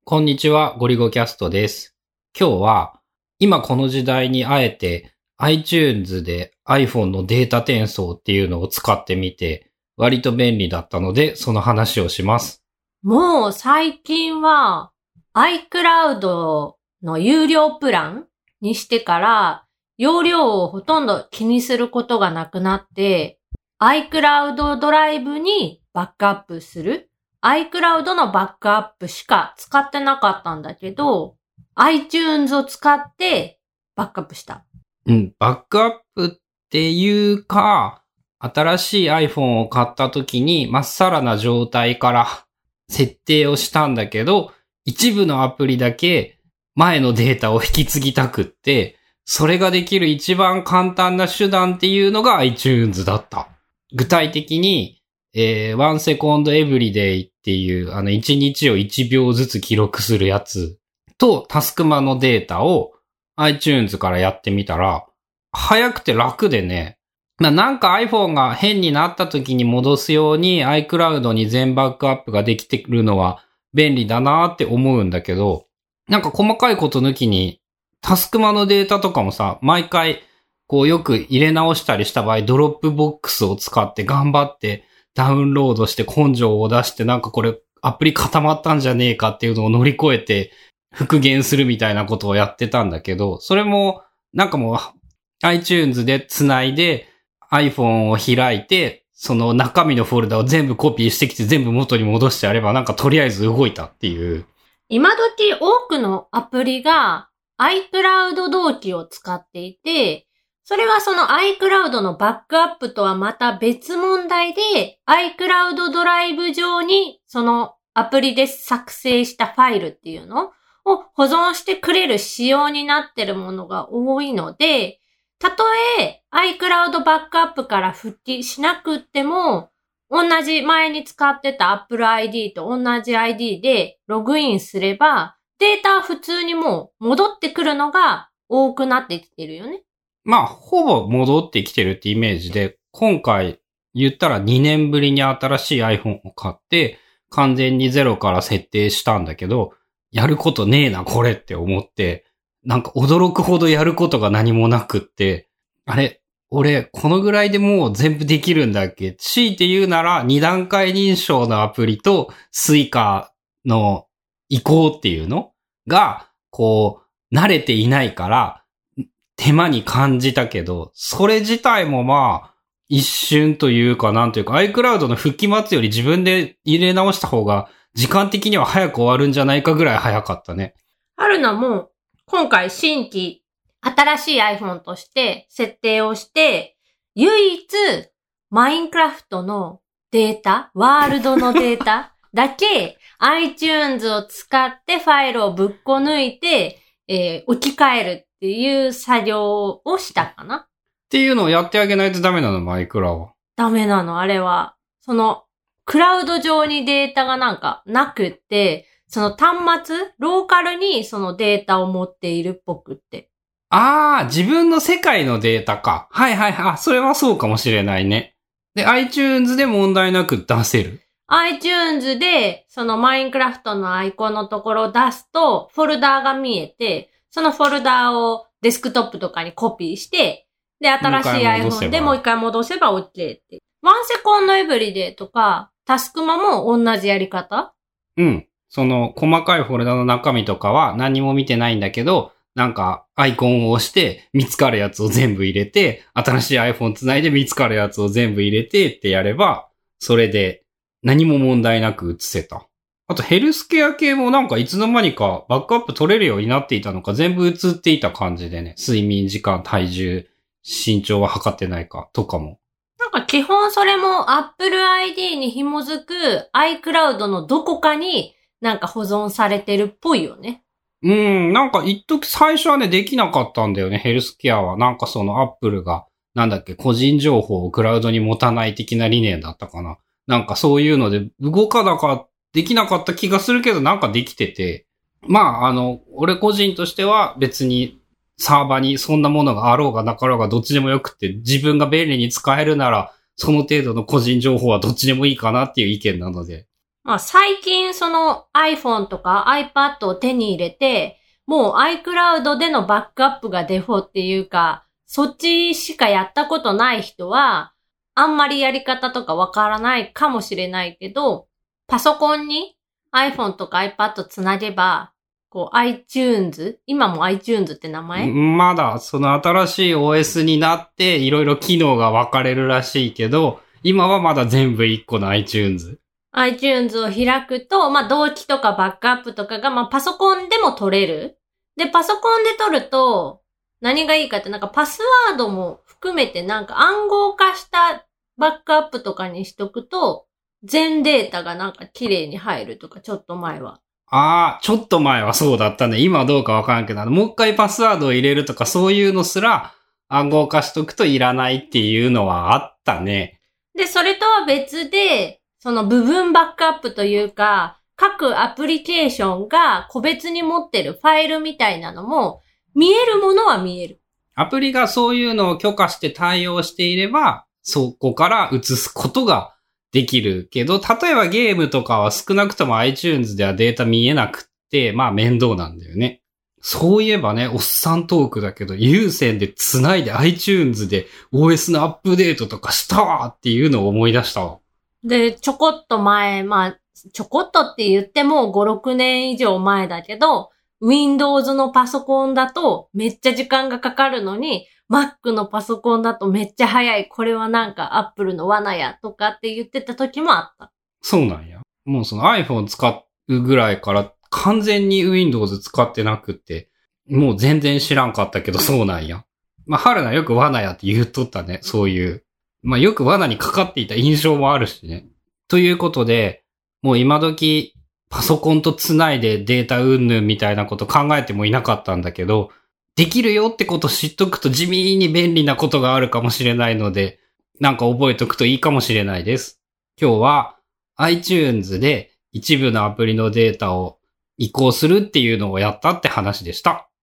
こんにちは、ゴリゴキャストです。今日は、今この時代にあえて iTunes で iPhone のデータ転送っていうのを使ってみて、割と便利だったので、その話をします。 もう最近は iCloud の有料プランにしてから、容量をほとんど気にすることがなくなって、iCloud ドライブにバックアップする。iCloud のバックアップしか使ってなかったんだけど、iTunes を使ってバックアップした。 バックアップっていうか、新しい iPhone を買った時にまっさらな状態から設定をしたんだけど、一部のアプリだけ前のデータを引き継ぎたくって、それができる一番簡単な手段っていうのが iTunes だった。具体的に、1 second every day っていう1日を1秒ずつ記録するやつとタスクマのデータを iTunes からやってみたら、早くて楽でね、なんか iPhone が変になった時に戻すように iCloud に全バックアップができてくるのは便利だなって思うんだけど、なんか細かいこと抜きにタスクマのデータとかもさ、毎回こうよく入れ直したりした場合、ドロップボックスを使って頑張ってダウンロードして根性を出してなんかこれアプリ固まったんじゃねえかっていうのを乗り越えて復元するみたいなことをやってたんだけど、それもなんかもう iTunes で繋いで iPhone を開いて、その中身のフォルダを全部コピーしてきて全部元に戻してやればなんかとりあえず動いたっていう。 今時多くのアプリが iCloud 同期を使っていて、それはその iCloud のバックアップとはまた別問題で iCloud ドライブ上にそのアプリで作成したファイルっていうのを保存してくれる仕様になってるものが多いので、たとえ iCloud バックアップから復帰しなくっても、同じ前に使ってた Apple ID と同じ ID でログインすれば、データは普通にもう戻ってくるのが多くなってきてるよね。 ほぼ戻ってきてるってイメージで、今回言ったら2年ぶりに新しい iPhone を買って、完全にゼロから設定したんだけど、やることねえなこれって思って、なんか驚くほどやることが何もなくって、あれ、俺このぐらいでもう全部できるんだっけ？強いて言うなら2段階認証のアプリと Suica の移行っていうのが、こう、慣れていないから、手間に感じたけど、それ自体も一瞬というかなんというか iCloud の復帰待つより自分で入れ直した方が時間的には早く終わるんじゃないかぐらい早かったね。 春菜も今回新規新しい iPhone として設定をして、唯一マインクラフトのデータ、ワールドのデータだけ iTunes を使ってファイルをぶっこ抜いて、置き換えるっていう作業をしたかなっていうのをやってあげないとダメなの、マイクラは。 ダメなの、あれは。その、クラウド上にデータがなんかなくって、その端末、ローカルにそのデータを持っているっぽくって。 自分の世界のデータか。はいはいはい。それはそうかもしれないね。で、iTunes で問題なく出せる。 iTunes で、そのマインクラフトのアイコンのところを出すと、フォルダーが見えて、そのフォルダーをデスクトップとかにコピーして、で、新しい iPhone でもう一回戻せば OK って。ワンセコンドエブリデイとか、タスクマも同じやり方？ うん。その細かいフォルダの中身とかは何も見てないんだけど、なんかアイコンを押して見つかるやつを全部入れて、新しい iPhone つないで見つかるやつを全部入れてってやれば、それで何も問題なく移せた。あとヘルスケア系もなんかいつの間にかバックアップ取れるようになっていたのか全部移っていた感じでね。睡眠時間、体重、身長は測ってないかとかも。 なんか基本それも Apple ID に紐づく iCloud のどこかになんか保存されてるっぽいよね。 なんか一時最初はねできなかったんだよね、ヘルスケアは。なんかその Apple が個人情報をクラウドに持たない的な理念だったかな。なんかそういうのでできなかった気がするけどなんかできてて。俺個人としては別にサーバーにそんなものがあろうがなかろうがどっちでもよくて、自分が便利に使えるならその程度の個人情報はどっちでもいいかなっていう意見なので、 まあ最近その iPhone とか iPad を手に入れて、もう iCloud でのバックアップがデフォっていうか、そっちしかやったことない人は、あんまりやり方とかわからないかもしれないけど、パソコンに iPhone とか iPad つなげば、こう iTunes、今も iTunes って名前？ まだその新しい OS になっていろいろ機能が分かれるらしいけど、今はまだ全部一個の iTunes。 iTunes を開くと、まあ、同期とかバックアップとかが、まあ、パソコンでも取れる。で、パソコンで取ると、何がいいかって、なんかパスワードも含めてなんか暗号化したバックアップとかにしとくと、全データがなんか綺麗に入るとか、ちょっと前は。 ああ、ちょっと前はそうだったね。今はどうかわからんけど、もう一回パスワードを入れるとかそういうのすら暗号化しとくといらないっていうのはあったね。 で、それとは別で、その部分バックアップというか、各アプリケーションが個別に持ってるファイルみたいなのも、見えるものは見える。 アプリがそういうのを許可して対応していれば、そこから移すことができるけど、例えばゲームとかは少なくとも iTunes ではデータ見えなくって、まあ面倒なんだよね。そういえばね、おっさんトークだけど、有線で繋いで iTunes で OS のアップデートとかしたわっていうのを思い出したわ。 で、ちょこっと前、まあ、ちょこっとって言っても5、6年以上前だけど、Windows のパソコンだとめっちゃ時間がかかるのに、Mac のパソコンだとめっちゃ早い。これはなんか Apple の罠やとかって言ってた時もあった。 そうなんや。もうその iPhone 使うぐらいから完全に Windows 使ってなくって、もう全然知らんかったけどそうなんや。まあ、春菜よく罠やって言っとったね。そういう。まあ、よく罠にかかっていた印象もあるしね。ということで、もう今時パソコンとつないでデータ云々みたいなこと考えてもいなかったんだけど、できるよってこと知っとくと地味に便利なことがあるかもしれないので、なんか覚えとくといいかもしれないです。今日は iTunes で一部のアプリのデータを移行するっていうのをやったって話でした。